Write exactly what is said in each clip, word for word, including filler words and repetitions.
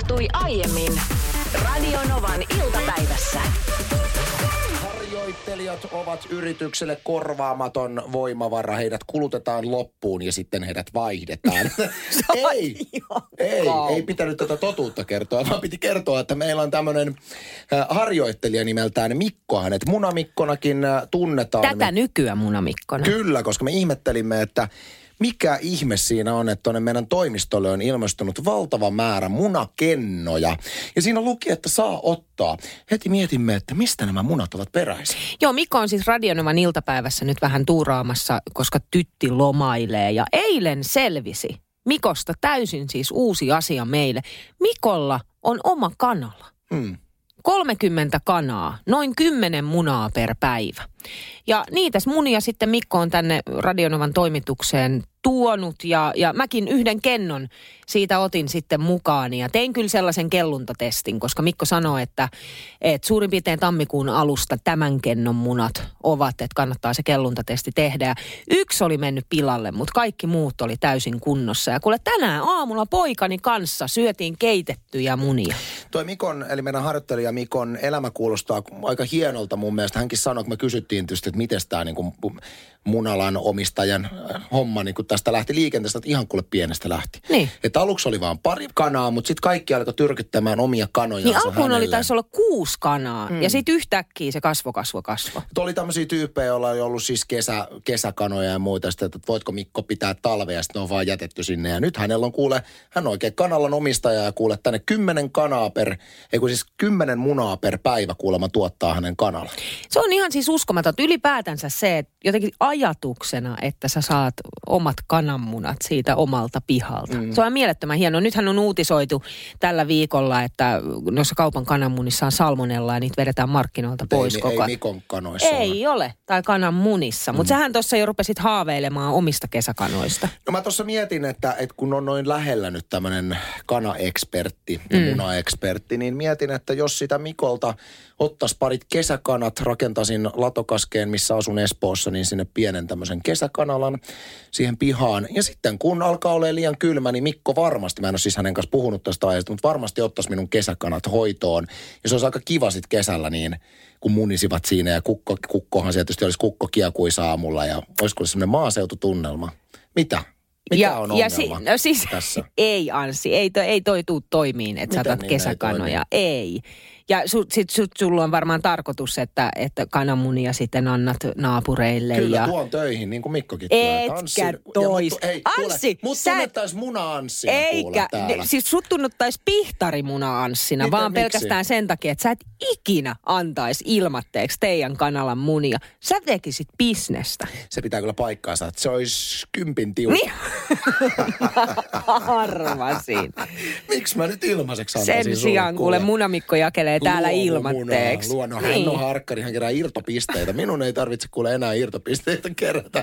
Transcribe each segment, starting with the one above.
tapahtui aiemmin Radionovan iltapäivässä. Harjoittelijat ovat yritykselle korvaamaton voimavara. Heidät kulutetaan loppuun ja sitten heidät vaihdetaan. ei, ei, ei pitänyt tätä totuutta kertoa, vaan piti kertoa, että meillä on tämmöinen harjoittelija nimeltään Mikko. Hänet Munamikkonakin tunnetaan. Tätä nykyään Munamikkona. Kyllä, koska me ihmettelimme, että mikä ihme siinä on, että tuonne meidän toimistolle on ilmestynyt valtava määrä munakennoja. Ja siinä luki, että saa ottaa. Heti mietimme, että mistä nämä munat ovat peräisin. Joo, Mikko on siis Radionovan iltapäivässä nyt vähän tuuraamassa, koska tytti lomailee. Ja eilen selvisi Mikosta täysin siis uusi asia meille. Mikolla on oma kanala. Hmm. kolmekymmentä kanaa, noin kymmenen munaa per päivä. Ja niitä munia sitten Mikko on tänne Radionovan toimitukseen tuonut ja, ja mäkin yhden kennon siitä otin sitten mukaan ja tein kyllä sellaisen kelluntatestin, koska Mikko sanoi, että, että suurin piirtein tammikuun alusta tämän kennon munat ovat, että kannattaa se kelluntatesti tehdä. Ja yksi oli mennyt pilalle, mutta kaikki muut oli täysin kunnossa. Ja kuule tänään aamulla poikani kanssa syötiin keitettyjä munia. Toi Mikon, eli meidän harjoittelija Mikon elämä kuulostaa aika hienolta mun mielestä. Hänkin sanoi, kun me kysyttiin tietysti, että miten tämä niin kuin munalan omistajan homma niin kuin tästä lähti liikenteestä, että ihan kuule pienestä lähti. Niin. Että aluksi oli vaan pari kanaa, mutta sitten kaikki alkoi tyrkyttämään omia kanojansa Niin alkuun hänelle. oli taisi olla kuusi kanaa mm. ja sitten yhtäkkiä se kasvo, kasvo, kasvo. Tuo oli tämmöisiä tyyppejä, joilla oli ollut siis kesä, kesäkanoja ja muita. Sitten, että voitko Mikko pitää talvea ja sitten ne on vaan jätetty sinne. Ja nyt hänellä on kuule, hän on oikein kanalan omistaja ja kuule tänne kymmenen kanaa per, ei kun siis kymmenen munaa per päivä kuulemma tuottaa hänen kanalla. Se on ihan siis uskomaton. Ylipäätänsä se, että jotenkin ajatuksena, että sä saat omat kananmunat siitä omalta pihalta. Mm. Se on mielettömän hienoa. Nythän on uutisoitu tällä viikolla, että noissa kaupan kananmunissa on salmonella ja niitä vedetään markkinoilta pois ei, koko ajan. Ei Mikon kanoissa Ei ole. ole, tai kananmunissa. Mutta mm. sähän tuossa jo rupesit haaveilemaan omista kesäkanoista. No mä tuossa mietin, että, että kun on noin lähellä nyt tämmöinen kanaekspertti ja mm. munaekspertti, niin mietin, että jos sitä Mikolta ottaisi parit kesäkanat, rakentaisin Latokaskeen, missä asun Espoossa, niin sinne pienen tämmöisen kesäkanalan siihen pihaan. Ja sitten kun alkaa olla liian kylmä, niin Mikko varmasti, mä en ole siis hänen kanssa puhunut tästä aiheesta, mutta varmasti ottaisi minun kesäkanat hoitoon. Ja se olisi aika kiva sitten kesällä niin, kun munisivat siinä ja kukko, kukkohan se tietysti olisi kukko kiekuisi aamulla ja olisiko se semmoinen maaseututunnelma. Mitä? Mikä ja, on ongelma ja si, no siis, tässä? Ei Anssi, ei toi, ei toi tuu toimiin, että sä otat niin kesäkanoja. Ei. Ja su, sit su, sulla on varmaan tarkoitus, että, että kananmunia sitten annat naapureille. Kyllä, ja tuon töihin, niin kuin Mikkokin tulee. Etkä tois. Mut, ei, Anssi, mut sä... tunnettais muna-Anssina eikä, täällä. Siis sut tunnuttais pihtarimuna-Anssina, Miten, vaan miksi? pelkästään sen takia, että sä et ikinä antaisi ilmatteeksi teidän kanalan munia. Sä tekisit bisnestä. Se pitää kyllä paikkaansa, että se olisi kympin tiukka. Niin. Arvasin. Miksi mä nyt ilmaiseksi antaisin sen sijaan, kuule, Munamikko jakelee täällä ilmatteeksi. Luonno, niin. hän on harkkari, hän kerää irtopisteitä. Minun ei tarvitse kuule enää irtopisteitä kerätä.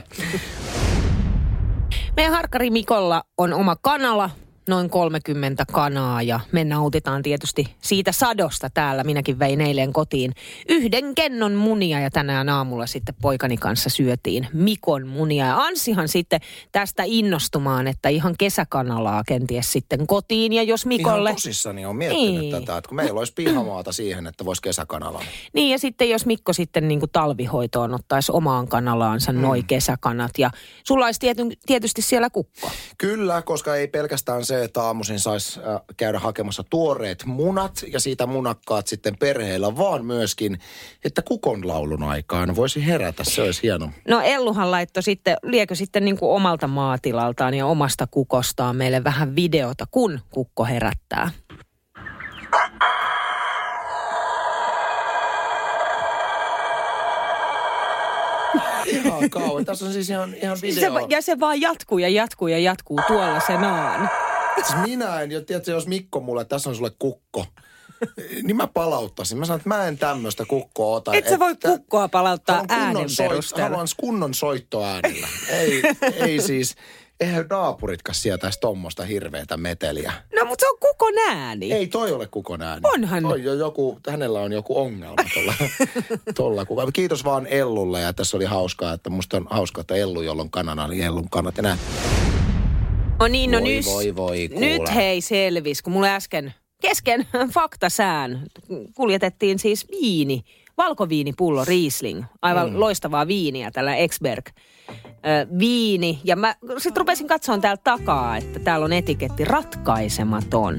Meidän harkkari Mikolla on oma kanala, noin kolmekymmentä kanaa ja me nautitaan tietysti siitä sadosta täällä. Minäkin vein eilen kotiin yhden kennon munia ja tänään aamulla sitten poikani kanssa syötiin Mikon munia. Ja Anssihan sitten tästä innostumaan, että ihan kesäkanalaa kenties sitten kotiin ja jos Mikolle... Ihan tosissani on miettinyt niin. tätä, että kun meillä olisi pihamaata siihen, että voisi kesäkanalaa. Niin ja sitten jos Mikko sitten niin kuin talvihoitoon ottaisi omaan kanalaansa mm. noi kesäkanat ja sulla olisi tiety, tietysti siellä kukko. Kyllä, koska ei pelkästään se, että aamuisin saisi äh, käydä hakemassa tuoreet munat ja siitä munakkaat sitten perheellä, vaan myöskin, että kukon laulun aikaan voisi herätä. Se olisi hieno. No Elluhan laittoi sitten, liekö sitten niin kuin omalta maatilaltaan ja omasta kukostaan meille vähän videota, kun kukko herättää. Ihan kauan. Tässä on siis ihan, ihan video. Se, ja se vaan jatkuu ja jatkuu ja jatkuu tuolla se naan. Siis minä en, tiedätkö, jos Mikko mulle, tässä on sulle kukko, niin mä palauttaisin. Mä sanon, että mä en tämmöistä kukkoa ota. Et sä voi että, kukkoa palauttaa äänen soit, perusteella. Haluan kunnon soittoäänellä. ei, ei siis, eihän naapuritkaan sietäisi tommoista hirveätä meteliä. No mutta se on kukon ääni. Ei toi ole kukon ääni. Onhan. Toi jo joku, hänellä on joku ongelma tuolla, tolla kuvalla. Kiitos vaan Ellulle ja tässä oli hauskaa, että musta on hauskaa, että Ellu, jolla on kanana, niin Ellun kannat ja näin. No niin, no voi, nyt, voi, voi, nyt hei selvis, kun mulle äsken kesken faktasään kuljetettiin siis viini, valkoviinipullo Riesling. Aivan mm. loistavaa viiniä, tällä Exberg viini. Ja mä sitten rupesin katsomaan täältä takaa, että täällä on etiketti ratkaisematon.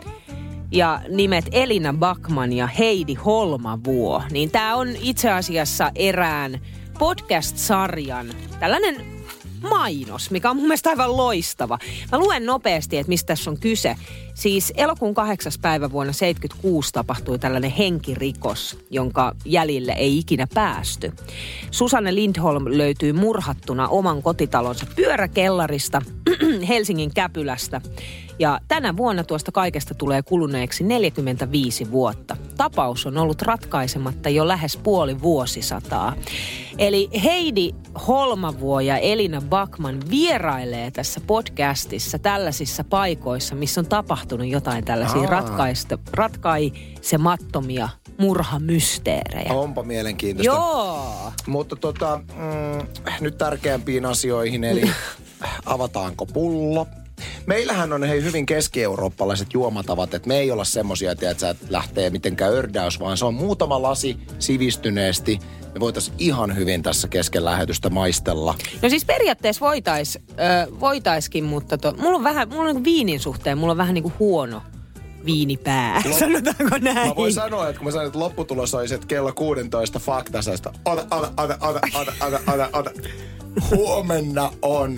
Ja nimet Elina Backman ja Heidi Holmavuo. Niin tää on itse asiassa erään podcast-sarjan tällainen mainos, mikä on mun mielestä aivan loistava. Mä luen nopeasti, että mistä tässä on kyse. Siis elokuun kahdeksas päivä vuonna seitsemänkymmentäkuusi tapahtui tällainen henkirikos, jonka jäljille ei ikinä päästy. Susanne Lindholm löytyy murhattuna oman kotitalonsa pyöräkellarista Helsingin Käpylästä. Ja tänä vuonna tuosta kaikesta tulee kuluneeksi neljäkymmentäviisi vuotta. Tapaus on ollut ratkaisematta jo lähes puoli vuosisataa. Eli Heidi Holmavuo ja Elina Backman vierailee tässä podcastissa tällaisissa paikoissa, missä on tapahtunut jotain tällaisia ratkaista, ratkaisemattomia murhamysteerejä. Onpa mielenkiintoista. Joo. Mutta tota, mm, nyt tärkeämpiin asioihin, eli avataanko pullo? Meillähän on hei hyvin keski-eurooppalaiset juomatavat, että me ei olla semmosia, että et lähtee mitenkään ördäys, vaan se on muutama lasi sivistyneesti. Me voitaisiin ihan hyvin tässä kesken lähetystä maistella. No siis periaatteessa voitais, äh, voitaiskin, mutta to, mulla on vähän, mulla on viinin suhteen, mulla on vähän niin kuin huono viinipää, Lop... sanotaanko näin? Mä voin sanoa, että kun mä sanoin, että lopputulos olisi, että kello kuusitoista faktasesta. Ota, ota, ota, ota, ota, ota, ota, ota. Huomenna on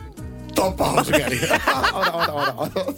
topauskeli. Ota, ota, ota, ota.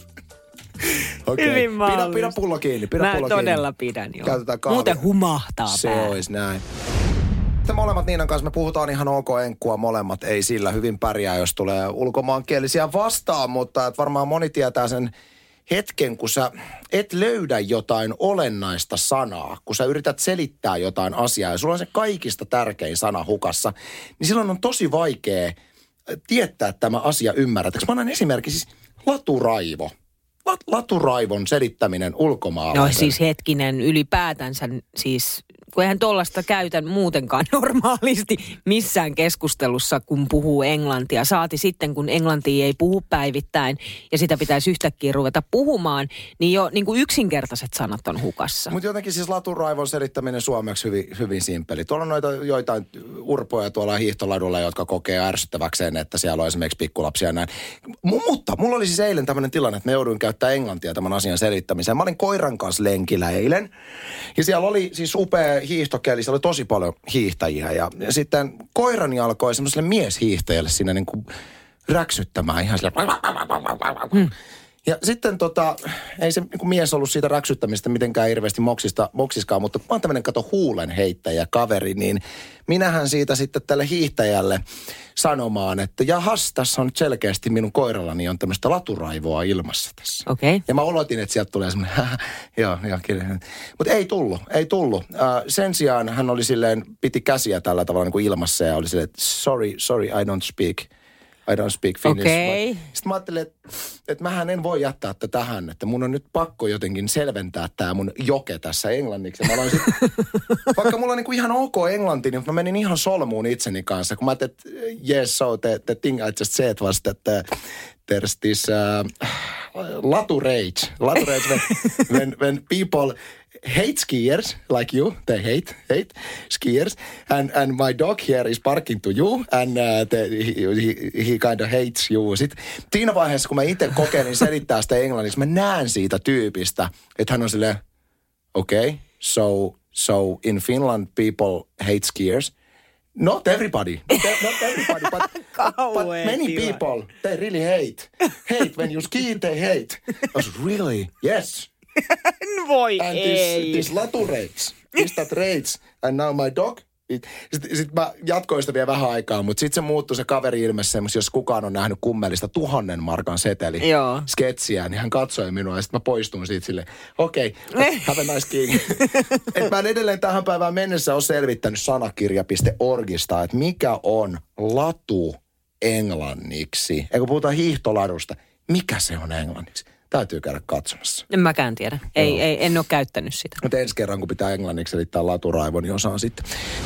Okay. Hyvin pidä, pidä pullo kiinni, pidä Mä pullo todella kiinni. pidän, joo. Käytetään kahvia. Muuten humahtaa Se pää. olisi näin. Sitten molemmat Niinan kanssa me puhutaan ihan ok enkkua molemmat. Ei sillä hyvin pärjää, jos tulee ulkomaankielisiä vastaan, mutta että varmaan moni tietää sen hetken, kun sä et löydä jotain olennaista sanaa, kun sä yrität selittää jotain asiaa ja sulla on se kaikista tärkein sana hukassa, niin silloin on tosi vaikea tietää, että tämä asia ymmärretäänkö. Mä annan esimerkki siis laturaivo. Laturaivon selittäminen ulkomaalaiselle. No siis hetkinen, ylipäätänsä siis, kun eihän tollaista käytä muutenkaan normaalisti missään keskustelussa, kun puhuu englantia. Saati sitten, kun englantia ei puhu päivittäin ja sitä pitäisi yhtäkkiä ruveta puhumaan, niin jo niin kuin yksinkertaiset sanat on hukassa. Mutta jotenkin siis laturaivon selittäminen suomeksi hyvin, hyvin simppeli. Tuolla on noita joitain urpoja tuolla hiihtoladulla, jotka kokee ärsyttäväkseen, että siellä on esimerkiksi pikkulapsia ja näin. M- mutta mulla oli siis eilen tämmöinen tilanne, että me jouduin käyttää englantia tämän asian selittämiseen. Mä olin koiran kanssa lenkillä eilen ja siellä oli siis upea hiihtokeli, siellä oli tosi paljon hiihtäjiä ja, ja sitten koirani alkoi semmoiselle mieshiihtäjälle siinä niin kuin räksyttämään ihan sille. Hmm. Ja sitten tota, ei se niin mies ollut siitä räksyttämistä mitenkään hirveästi moksista, moksiskaan, mutta mä oon tämmöinen kato huulen heittäjä kaveri, niin minähän siitä sitten tälle hiihtäjälle sanomaan, että jahas, tässä on nyt selkeästi minun koirallani on tämmöistä laturaivoa ilmassa tässä. Okei. Okay. Ja mä olotin, että sieltä tulee semmoinen, joo, joo, kyllä. Mutta ei tullut, ei tullut. Uh, sen sijaan hän oli silleen, piti käsiä tällä tavalla niin kuin ilmassa ja oli silleen, että sorry, sorry, I don't speak. I don't speak Finnish. Okay. Sitten mä ajattelin, että, että mähän en voi jättää tätä tähän, että mun on nyt pakko jotenkin selventää tää mun joke tässä englanniksi. Mä sit, vaikka mulla on niinku ihan ok englanti, niin mä menin ihan solmuun itseni kanssa. Kun mä ajattelin, että yes, so the, the thing I just said was that uh, there's this uh, latu rage. Latu rage when, when, when people hate skiers like you. They hate, hate skiers. And, and my dog here is barking to you and uh, the, he, he, he kind of hates you. Sitten siinä vaiheessa, kun mä itse kokeilin selittää sitä englanniksi, mä näen siitä tyypistä, että hän on silleen, okay, so, so in Finland people hate skiers. Not everybody. Not, not everybody, but, but many people, they really hate. Hate, when you ski, they hate. I was really, yes. Voi and ei. this, this latu rage, is that rage, and now my dog. Sitten sit mä jatkoin sitä vielä vähän aikaa, mutta sitten se muuttui se kaveri ilmeisesti semmoista, jos kukaan on nähnyt kummellista tuhannen markan seteli Joo. sketsiä, niin hän katsoi minua ja sitten mä poistun siitä silleen, okei, okay, have a nice king. Et mä en edelleen tähän päivään mennessä ole selvittänyt sanakirja piste orgista, että mikä on latu englanniksi. Ja kun puhutaan hiihtoladusta, mikä se on englanniksi? Täytyy käydä katsomassa. En mäkään tiedä. Ei, ei, en ole käyttänyt sitä. Mutta ensi kerran, kun pitää englanniksi selittää laturaivo, niin osaan sitten.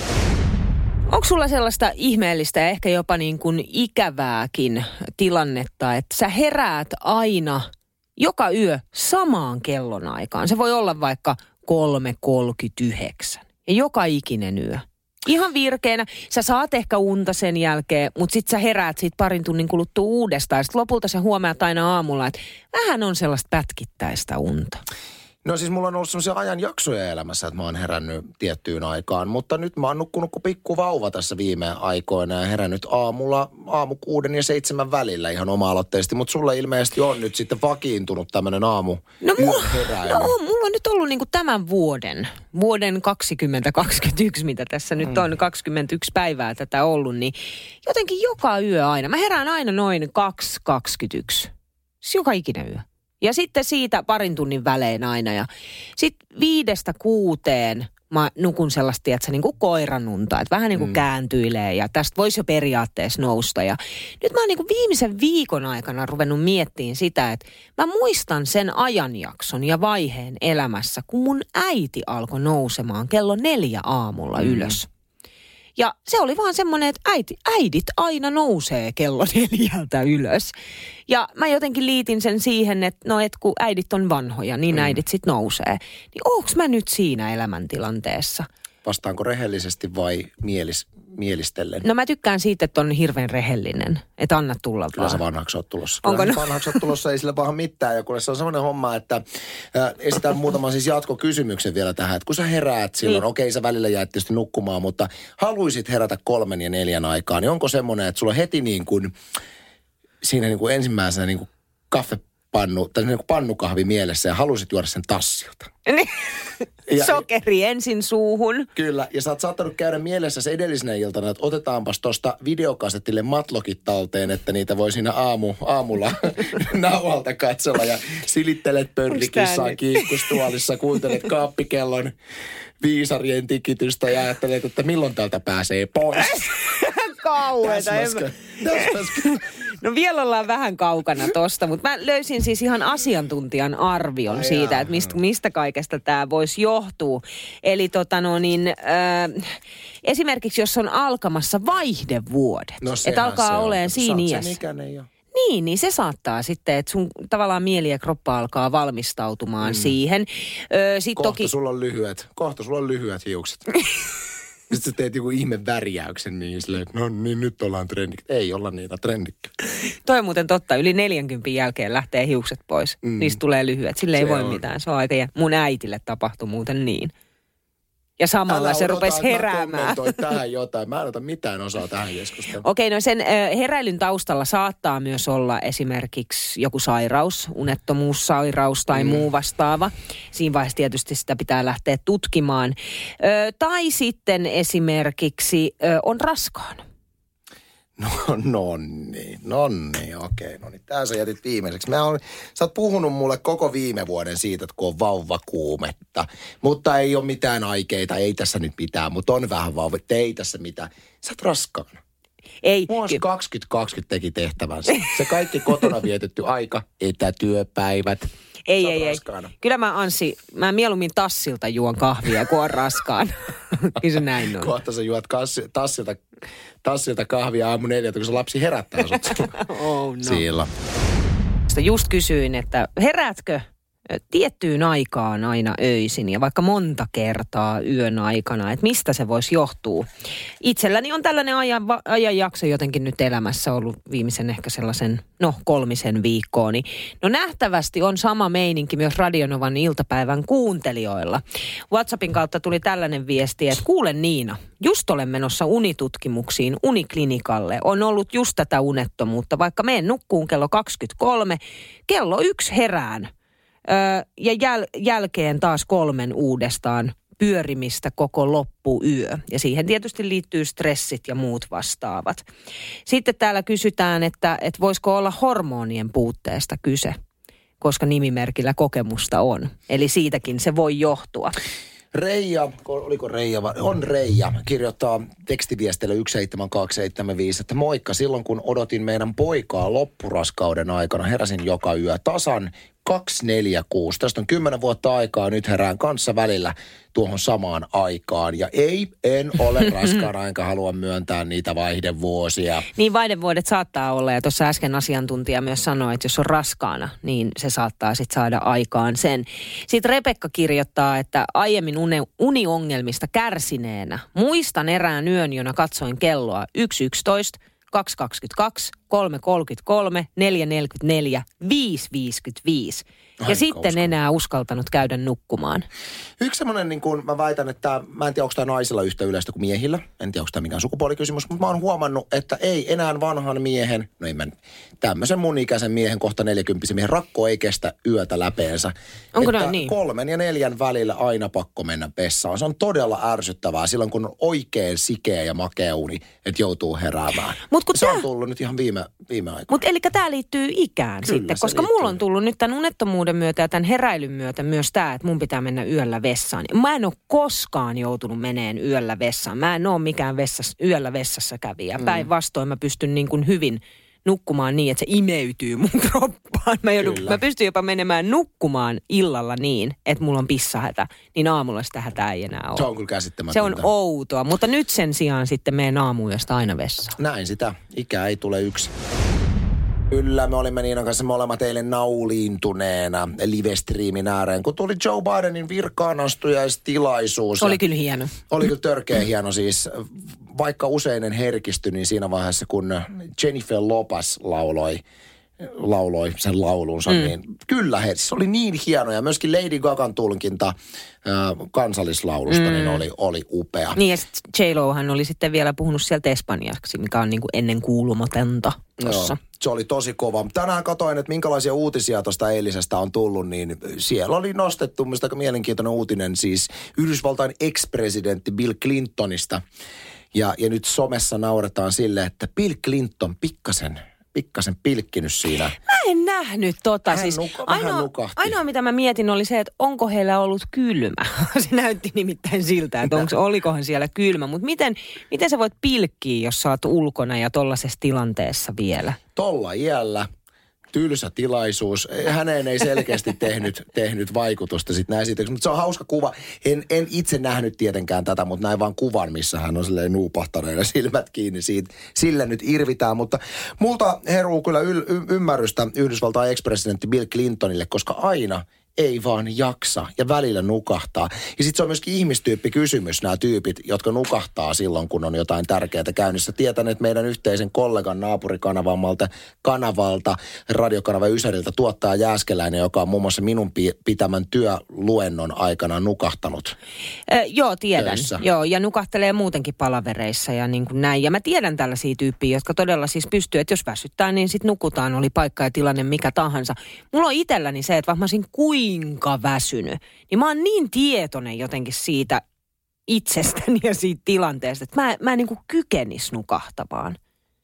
Onko sulla sellaista ihmeellistä ja ehkä jopa niin kuin ikävääkin tilannetta, että sä heräät aina joka yö samaan kellonaikaan. Se voi olla vaikka kolme kolmekymmentäyhdeksän ja joka ikinen yö. Ihan virkeänä. Sä saat ehkä unta sen jälkeen, mutta sit sä heräät siitä parin tunnin kuluttua uudestaan. Ja sit lopulta sä huomaat aina aamulla, että vähän on sellaista pätkittäistä unta. No siis mulla on ollut sellaisia ajanjaksoja elämässä, että mä oon herännyt tiettyyn aikaan. Mutta nyt mä oon nukkunut kuin pikku vauva tässä viime aikoina ja herännyt aamulla, aamu kuuden ja seitsemän välillä ihan oma-aloitteisesti. Mutta sulla ilmeisesti on nyt sitten vakiintunut tämmöinen aamu no, mulla, heräily. no mulla on nyt ollut niinku tämän vuoden, vuoden kaksituhattakaksikymmentäyksi, mitä tässä nyt on, mm. kaksikymmentäyksi päivää tätä ollut, niin jotenkin joka yö aina. Mä herään aina noin kaksi kaksikymmentäyksi. Siis joka ikinen yö. Ja sitten siitä parin tunnin välein aina. Ja sitten viidestä kuuteen mä nukun sellaista, tiedätkö, niin kuin koiranunta. Että vähän niin kuin mm. kääntyilee ja tästä voisi jo periaatteessa nousta. Ja nyt mä oon niin kuin viimeisen viikon aikana ruvennut miettimään sitä, että mä muistan sen ajanjakson ja vaiheen elämässä, kun mun äiti alkoi nousemaan kello neljä aamulla mm. ylös. Ja se oli vaan semmoinen, että äiti, äidit aina nousee kello neljältä ylös. Ja mä jotenkin liitin sen siihen, että no et kun äidit on vanhoja, niin mm. äidit sit nousee. Niin oonks mä nyt siinä elämäntilanteessa? Vastaanko rehellisesti vai mielis, mielistellen? No mä tykkään siitä, että on hirveän rehellinen. Että anna tulla Kyllä vaan. sä vanhaksi oot tulossa. Onko Kyllä no? vanhaksi oot tulossa, ei sillä vaan mitään. Ja kun se on semmoinen homma, että äh, esitän muutaman siis jatkokysymyksen vielä tähän. Että kun sä heräät silloin, mm. okei sä välillä jäät tietysti nukkumaan, mutta haluisit herätä kolmen ja neljän aikaan, niin onko semmoinen, että sulla heti niin kuin siinä niin kuin ensimmäisenä niin kuin kaffepannu, tai niin kuin pannukahvi mielessä ja halusit juoda sen tassilta? Ja, sokeri ensin suuhun. Kyllä, ja sä oot saattanut käydä mielessä se edellisenä iltana, että otetaanpas tosta videokasetille matlokit talteen, että niitä voi siinä aamu, aamulla nauhalta katsella ja silittelet pörrikissaan kiikkustuolissa, kuuntelet kaappikellon viisarien tikitystä ja ajattelet, että milloin täältä pääsee pois. Kauheeta. Täsmäskö? Täsmäskö? No vielä ollaan vähän kaukana tosta, mutta mä löysin siis ihan asiantuntijan arvion Ai siitä, jaa. että mistä, mistä kaikesta tämä voisi johtua. Eli tota no niin, äh, esimerkiksi jos on alkamassa vaihdevuodet, no että alkaa olemaan siinä iässä. Sen ikäinen jo. Niin, niin se saattaa sitten, että sun tavallaan mieli ja kroppa alkaa valmistautumaan mm. siihen. Ö, sit kohta toki... sulla on lyhyet, kohta sulla on lyhyet hiukset. Sitten sä teet joku ihme värjäyksen niin silleen, no niin nyt ollaan trendikkä. Ei olla niitä trendikkä. Toi on muuten totta. Yli neljänkymmenen jälkeen lähtee hiukset pois. Mm. Niistä tulee lyhyet. Sille ei se voi on. mitään. Se on aika jä... Mun äitille tapahtui muuten niin. Ja samalla Älä se odota, rupesi heräämään. Mä tähän jotain. Mä en ota mitään osaa tähän keskusteluun. Okei, no sen äh, heräilyn taustalla saattaa myös olla esimerkiksi joku sairaus, unettomuussairaus tai mm. muu vastaava. Siinä vaiheessa tietysti sitä pitää lähteä tutkimaan. Ö, tai sitten esimerkiksi ö, on raskaana. No, no niin, no niin, okei. No niin, tää sä jätit viimeiseksi. Mä on, sä oot puhunut mulle koko viime vuoden siitä, että kun on vauvakuumetta, mutta ei ole mitään aikeita, ei tässä nyt mitään, mutta on vähän vauva, ei tässä mitään. Sä oot raskaana. Ei. Vuosi kaksituhattakaksikymmentä teki tehtävänsä. Se kaikki kotona vietetty aika, etätyöpäivät. Ei, ei, ei. Kyllä mä Anssi, mä mieluummin tassilta juon kahvia, kun on raskaan. Kyllä se näin on. Kohta sä juot kassi, tassilta, tassilta kahvia aamu neljältä, kun se lapsi herättää sut. Oh no. Silloin. Just kysyin, että heräätkö tiettyyn aikaan aina öisin ja vaikka monta kertaa yön aikana, että mistä se voisi johtua. Itselläni on tällainen ajan, ajanjakso jotenkin nyt elämässä ollut viimeisen ehkä sellaisen, no kolmisen viikkooni. No nähtävästi on sama meininki myös Radionovan iltapäivän kuuntelijoilla. WhatsAppin kautta tuli tällainen viesti, että kuule Niina, just olen menossa unitutkimuksiin uniklinikalle. On ollut just tätä unettomuutta, vaikka menen nukkuun kello kaksikymmentäkolme, kello yksi herään. Öö, ja jäl- jälkeen taas kolmen uudestaan pyörimistä koko loppuyö. Ja siihen tietysti liittyy stressit ja muut vastaavat. Sitten täällä kysytään, että, että voisiko olla hormonien puutteesta kyse, koska nimimerkillä kokemusta on. Eli siitäkin se voi johtua. Reija, oliko Reija vai? On Reija, kirjoittaa tekstiviestillä yksi seitsemän kaksi seitsemän viisi, että moikka, silloin kun odotin meidän poikaa loppuraskauden aikana, heräsin joka yö tasan kaksi neljä kuusi. Tästä on kymmenen vuotta aikaa, nyt herään kanssa välillä tuohon samaan aikaan. Ja ei, en ole raskaana, enkä halua myöntää niitä vaihdevuosia. Niin vaihdevuodet saattaa olla, ja tuossa äsken asiantuntija myös sanoi, että jos on raskaana, niin se saattaa sitten saada aikaan sen. Sitten Rebekka kirjoittaa, että aiemmin une, uniongelmista kärsineenä muistan erään yön, jona katsoin kelloa yksi yksitoista, kaksi kaksikymmentäkaksi, kolme kolmekymmentäkolme, neljä neljäkymmentäneljä, viisi viisikymmentäviisi. Ja Aika sitten uskon. enää uskaltanut käydä nukkumaan. Yksi semmoinen, niin kuin mä väitän, että mä en tiedä, onko tämä naisilla yhtä yleistä kuin miehillä. En tiedä, onko tämä mikään sukupuolikysymys, mutta mä oon huomannut, että ei enää vanhan miehen, no ei mä, tämmöisen mun ikäisen miehen, kohta neljäkymppisen miehen, rakko ei kestä yötä läpeensä. Onko että näin niin? Kolmen ja neljän välillä aina pakko mennä vessaan. Se on todella ärsyttävää silloin, kun on oikein sikeä ja makea uni, että joutuu heräämään. Mut se tää... on tullut nyt ihan viime, viime aikoina. Mutta eli tämä liittyy ikään Kyllä, sitten, koska liittyy. Mulla on tullut nyt tämän unettomuuden myötä ja tämän heräilyn myötä myös tämä, että mun pitää mennä yöllä vessaan. Mä en ole koskaan joutunut meneen yöllä vessaan. Mä en ole mikään vessas, yöllä vessassa kävijä. Mm. Päinvastoin mä pystyn niin kuin hyvin nukkumaan niin, että se imeytyy mun kroppaan. Mä, joudun, mä pystyn jopa menemään nukkumaan illalla niin, että mulla on pissahätä. Niin aamulla sitä hätää ei enää ole. Se on kyllä käsittämätöntä. Se on outoa, mutta nyt sen sijaan sitten menen aamuyöstä aina vessaan. Näin sitä. Ikä ei tule yksi. Kyllä, me olimme Niinan kanssa molemmat eilen nauliintuneena live-striimin ääreen, kun tuli Joe Bidenin virkaanastujastilaisuus. Oli kyllä hieno. Oli kyllä törkeä hieno siis. Vaikka useinen herkistyi, niin siinä vaiheessa, kun Jennifer Lopez lauloi, lauloi sen laulunsa, mm. niin kyllä he, se oli niin hieno. Ja myöskin Lady Gagan tulkinta äh, kansallislaulusta, mm. niin oli, oli upea. Niin ja J-Lohan oli sitten vielä puhunut sieltä espanjaksi, mikä on niin kuin ennen kuulumatonta tuossa. Se oli tosi kova. Tänään katsoin, että minkälaisia uutisia tuosta eilisestä on tullut, niin siellä oli nostettu mistä aika mielenkiintoinen uutinen, siis Yhdysvaltain ex-presidentti Bill Clintonista. Ja, ja nyt somessa nauretaan sille, että Bill Clinton pikkasen, pikkasen pilkkinyt siinä. Mä en nähnyt tota. Hän siis nuka, ainoa, ainoa, mitä mä mietin, oli se, että onko heillä ollut kylmä. Se näytti nimittäin siltä, että onko, olikohan siellä kylmä. Mutta miten, miten sä voit pilkkiä, jos sä oot ulkona ja tollaisessa tilanteessa vielä? Tolla iällä. Tylsä tilaisuus. Häneen ei selkeästi tehnyt, tehnyt vaikutusta sitten näin siitä. Mutta se on hauska kuva. En, en itse nähnyt tietenkään tätä, mutta näin vaan kuvan, missä hän on silleen nuupahtaneena silmät kiinni. Siitä, sillä nyt irvitään. Mutta multa heruu kyllä yl, y, ymmärrystä Yhdysvaltain ex-presidentti Bill Clintonille, koska aina ei vaan jaksa ja välillä nukahtaa. Ja sitten se on myöskin ihmistyyppi kysymys, nämä tyypit, jotka nukahtaa silloin, kun on jotain tärkeää käynnissä. Tiedän, että meidän yhteisen kollegan naapurikanavalta, kanavalta, radiokanava Ysäriltä tuottaa Jääskeläinen, joka on muun muassa minun pitämän työluennon aikana nukahtanut. Äh, joo, tiedän. Töissä. Joo, ja nukahtelee muutenkin palavereissa ja niin kuin näin. Ja mä tiedän tällaisia tyyppiä, jotka todella siis pystyy, että jos väsyttää, niin sitten nukutaan, oli paikka ja tilanne mikä tahansa. Mulla on itselläni se, että vaikka mä olisin kuin kuinka väsynyt. Niin mä oon niin tietoinen jotenkin siitä itsestäni ja siitä tilanteesta, että mä, mä en niin kuin kykenis nukahtamaan.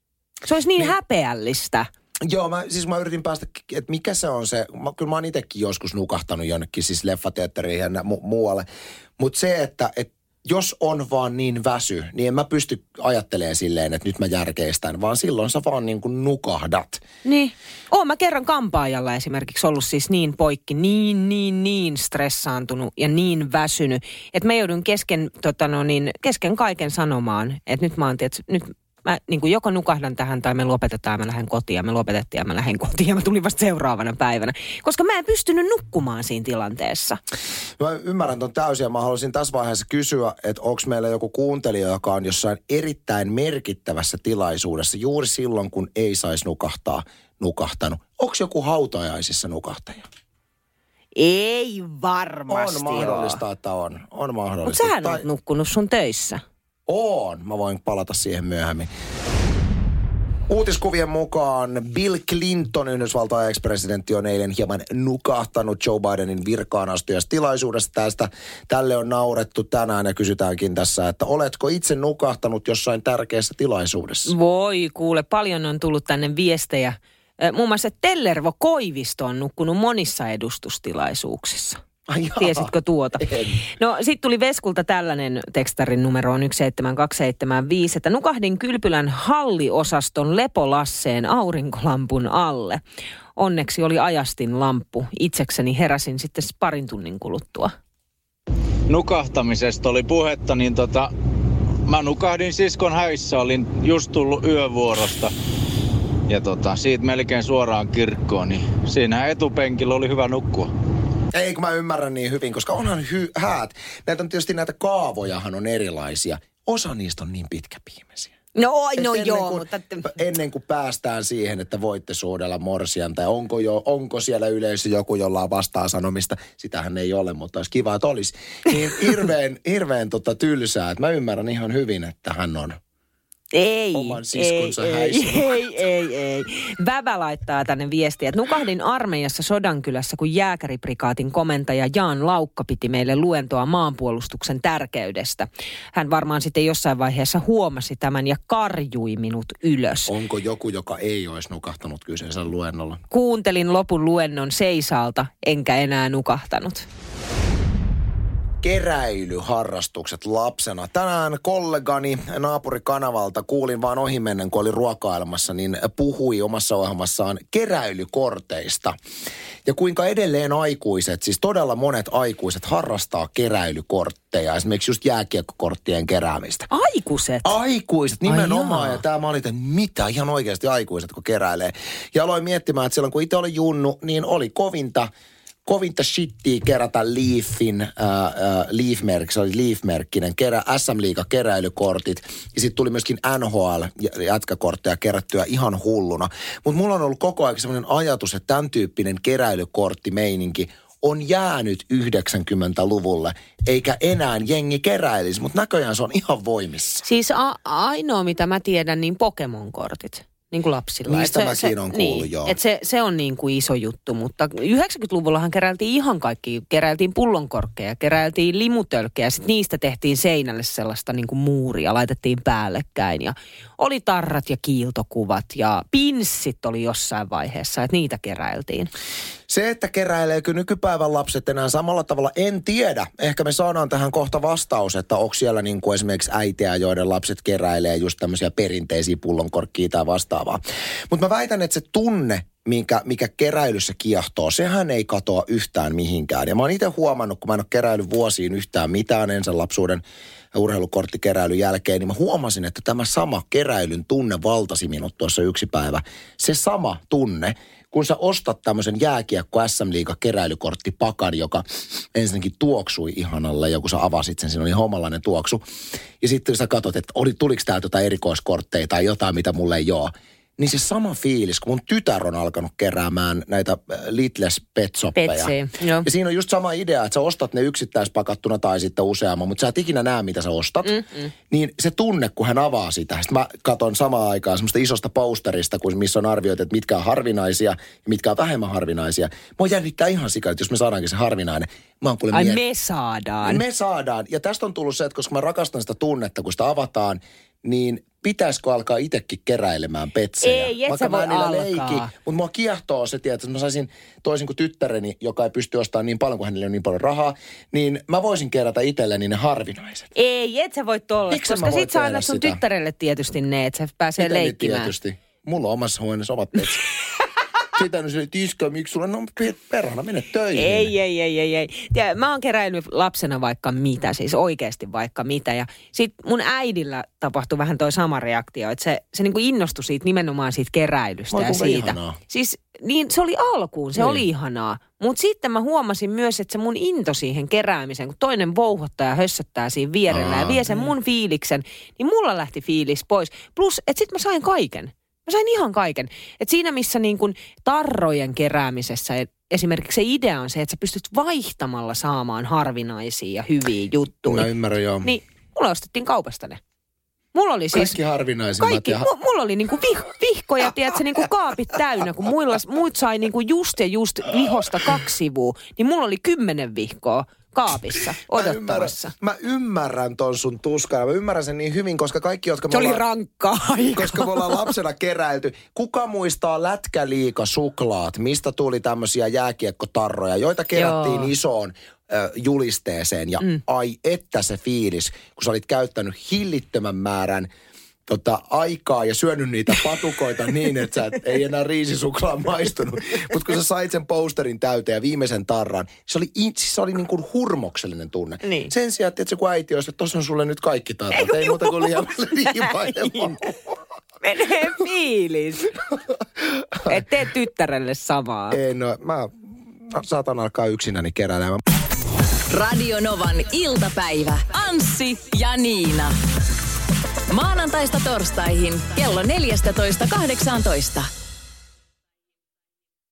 Se olisi niin, niin häpeällistä. Joo, mä, siis mä yritin päästä, että mikä se on se, mä, kyllä mä oon itsekin joskus nukahtanut jonnekin siis leffateatteriin ja mu- muualle. Mutta se, että et jos on vaan niin väsy, niin en mä pysty ajattelemaan silleen, että nyt mä järkeistän, vaan silloin sä vaan niin kuin nukahdat. Niin. Oon mä kerran kampaajalla esimerkiksi ollut siis niin poikki, niin, niin, niin stressaantunut ja niin väsynyt, että mä joudun kesken, tota no niin, kesken kaiken sanomaan, että nyt mä oon, tiedät, nyt mä niin kuin joko nukahdan tähän tai me lopetetaan, mä lähden kotiin ja me lopetettiin ja mä lähden kotiin ja mä tulin vasta seuraavana päivänä. Koska mä en pystynyt nukkumaan siinä tilanteessa. Mä ymmärrän ton täysin ja mä haluaisin tässä vaiheessa kysyä, että onko meillä joku kuuntelija, joka on jossain erittäin merkittävässä tilaisuudessa juuri silloin, kun ei saisi nukahtaa, nukahtanut. Onko joku hautajaisissa nukahtaja? Ei varmasti On mahdollista, ole. että on. On mahdollista. Mutta sähän tai... oot nukkunut sun töissä. On. Mä voin palata siihen myöhemmin. Uutiskuvien mukaan Bill Clinton, Yhdysvaltain ex-presidentti, on eilen hieman nukahtanut Joe Bidenin virkaanastujastilaisuudesta. Tästä tälle on naurettu tänään ja kysytäänkin tässä, että oletko itse nukahtanut jossain tärkeässä tilaisuudessa? Voi kuule, paljon on tullut tänne viestejä. Muun muassa Tellervo Koivisto on nukkunut monissa edustustilaisuuksissa. Ai jaa. Tiesitkö tuota? En. No sit tuli Veskulta tällainen tekstarin numeroon yksi seitsemän kaksi seitsemän viisi, että nukahdin kylpylän halliosaston lepolasseen aurinkolampun alle. Onneksi oli ajastin lamppu. Itsekseni heräsin sitten parin tunnin kuluttua. Nukahtamisesta oli puhetta, niin tota, mä nukahdin siskon häissä, olin just tullut yövuorosta. Ja tota, siitä melkein suoraan kirkkoon, niin siinä etupenkillä oli hyvä nukkua. Ei, kun mä ymmärrän niin hyvin, koska onhan hy- häät. Näitä on tietysti näitä kaavojahan on erilaisia. Osa niistä on niin pitkäpiimisiä. No, no ennen joo, kuin, mutta... Ennen kuin päästään siihen, että voitte suudella morsian, tai onko, jo, onko siellä yleisö joku, jolla on vastaa sanomista, sitähän ei ole, mutta olisi kiva, että olisi. Niin hirveän, hirveän tota tylsää, että mä ymmärrän ihan hyvin, että hän on... Ei, oman siskonsa ei, häissä. ei, ei, ei. Vävä laittaa tänne viestiä, että nukahdin armeijassa Sodankylässä, kun jääkäriprikaatin komentaja Jaan Laukka piti meille luentoa maanpuolustuksen tärkeydestä. Hän varmaan sitten jossain vaiheessa huomasi tämän ja karjui minut ylös. Onko joku, joka ei olisi nukahtanut kyseisen luennolla? Kuuntelin lopun luennon seisaalta, enkä enää nukahtanut. Keräilyharrastukset lapsena. Tänään kollegani naapurikanavalta kuulin vaan ohimennen, kun oli ruokailemassa, niin puhui omassa ohjelmassaan keräilykorteista. Ja kuinka edelleen aikuiset, siis todella monet aikuiset harrastaa keräilykortteja. Esimerkiksi just jääkiekkokorttien keräämistä. Aikuiset? Aikuiset nimenomaan. Ai ja tämä mä olin, että mitä ihan oikeasti aikuiset, kun keräilee. Ja aloin miettimään, että silloin kun itse oli junnu, niin oli kovinta... Kovinta shittiä kerätä Leafin, äh, äh, Leaf-merkki, se oli Leaf-merkkinen, kerä, S M-liiga keräilykortit. Ja sitten tuli myöskin N H L-jätkäkortteja kerättyä ihan hulluna. Mutta mulla on ollut koko ajan sellainen ajatus, että tämän tyyppinen keräilykorttimeininki on jäänyt yhdeksänkymmentäluvulle, eikä enää jengi keräilisi. Mutta näköjään se on ihan voimissa. Siis a- ainoa, mitä mä tiedän, niin Pokemon-kortit. Niin kuin lapsilla. Mistä se, mäkin se, on kuullut, niin, joo. Et se, se on niin kuin iso juttu, mutta yhdeksänkymmentäluvullahan keräiltiin ihan kaikki. Keräiltiin pullonkorkkeja, keräiltiin limutölkkejä, sitten niistä tehtiin seinälle sellaista niin kuin muuria, laitettiin päällekkäin. Ja oli tarrat ja kiiltokuvat ja pinssit oli jossain vaiheessa, että niitä keräiltiin. Se, että keräileekö nykypäivän lapset enää samalla tavalla, en tiedä. Ehkä me saadaan tähän kohta vastaus, että onko siellä niin kuin esimerkiksi äitiä, joiden lapset keräilee just tämmöisiä perinteisiä pullonkorkkia tai vastaavaa. Mutta mä väitän, että se tunne, mikä, mikä keräilyssä kiehtoo, sehän ei katoa yhtään mihinkään. Ja mä oon itse huomannut, kun mä en ole keräillyt vuosiin yhtään mitään ensin lapsuuden urheilukorttikeräilyn jälkeen, niin mä huomasin, että tämä sama keräilyn tunne valtasi minut tuossa yksi päivä. Se sama tunne, kun sä ostat tämmöisen jääkiekko S M-liiga keräilykorttipakan, joka ensinnäkin tuoksui ihanalle, ja kun sä avasit sen, siinä oli hommalainen tuoksu. Ja sitten sä katsot, että oli, tuliko täältä jotain erikoiskortteja tai jotain, mitä mulle ei ole. Niin se sama fiilis, kun mun tytär on alkanut keräämään näitä Littles Pet-shoppeja. Ja siinä on just sama idea, että sä ostat ne yksittäispakattuna tai sitten useamman, mutta sä et ikinä näe, mitä sä ostat. Mm-mm. Niin se tunne, kun hän avaa sitä. Sitten mä katson samaan aikaan semmoista isosta posterista, missä on arvioitu, että mitkä on harvinaisia ja mitkä on vähemmän harvinaisia. Mä jännittää ihan sikaa, että jos me saadaankin se harvinainen. Mä oon kuule Ai miet... me saadaan. Me saadaan. Ja tästä on tullut se, että koska mä rakastan sitä tunnetta, kun sitä avataan, niin pitäisikö alkaa itsekin keräilemään petsejä? Ei, et vaikka sä voi mä alkaa. Leiki, mutta mua kiehtoo se, että mä saisin toisin kuin tyttäreni, joka ei pysty ostamaan niin paljon, kun hänellä on niin paljon rahaa, niin mä voisin kerätä itselleni ne harvinaiset. Ei, et sä voi tolla, koska sit sä annat sun sitä tyttärelle tietysti ne, että se pääsee Miten leikkimään. Tietysti. Mulla on omassa huoneessa ovat petsejä. Sitä nyt se iskö, miksi sulla, no perhana, mene töihin. Ei, ei, ei, ei, ei. Tiedä, mä oon keräillyt lapsena vaikka mitä, siis oikeasti vaikka mitä. Ja sit mun äidillä tapahtui vähän toi sama reaktio, että se, se niinku innostui siitä nimenomaan siitä keräilystä Moi, ja siitä. Ihanaa. Siis niin se oli alkuun, se niin. oli ihanaa. Mutta sitten mä huomasin myös, että se mun into siihen keräämiseen, kun toinen vouhottaa ja hössöttää siinä vierellä Aa, ja vie sen niin. mun fiiliksen, niin mulla lähti fiilis pois. Plus, että sit mä sain kaiken. Mä sain ihan kaiken. Et siinä missä niin kun tarrojen keräämisessä esimerkiksi se idea on se, että sä pystyt vaihtamalla saamaan harvinaisia ja hyviä juttuja. Mä ymmärrän, joo. Niin mulla ostettiin kaupasta ne. Mulla oli siis... Kaikki harvinaisimmat. Kaikki, ja... mu- mulla oli niinku vih, vihkoja, tiedätkö, niinku kaapit täynnä, kun muilla, muut sai niinku just ja just vihosta kaksi sivua, niin mulla oli kymmenen vihkoa kaapissa odottamassa. Mä ymmärrän, mä ymmärrän ton sun tuskaa. Mä ymmärrän sen niin hyvin, koska kaikki, jotka me Se oli ollaan, rankkaa aikaa. Koska me ollaan lapsena keräilty. Kuka muistaa lätkäliiga suklaat, mistä tuli tämmöisiä jääkiekkotarroja, joita kerättiin Joo. isoon ö, julisteeseen. Ja mm. ai että se fiilis, kun sä olit käyttänyt hillittömän määrän Tota, aikaa ja syönyt niitä patukoita niin, että sä et, ei enää riisisuklaa maistunut. Mutta kun sä sait sen posterin täyteen ja viimeisen tarran, se oli, siis se oli niin kuin hurmoksellinen tunne. Niin. Sen sijaan, että kun äiti olisi, että tossa on sulle nyt kaikki tarrat. Ei, ei muuta kuin liian viivailemaan. Menee fiilis. Et tee tyttärelle samaa. Ei no, mä saatan alkaa yksinäni keräilemään. Radio Novan iltapäivä. Anssi ja Niina. Maanantaista torstaihin kello neljätoista kahdeksantoista.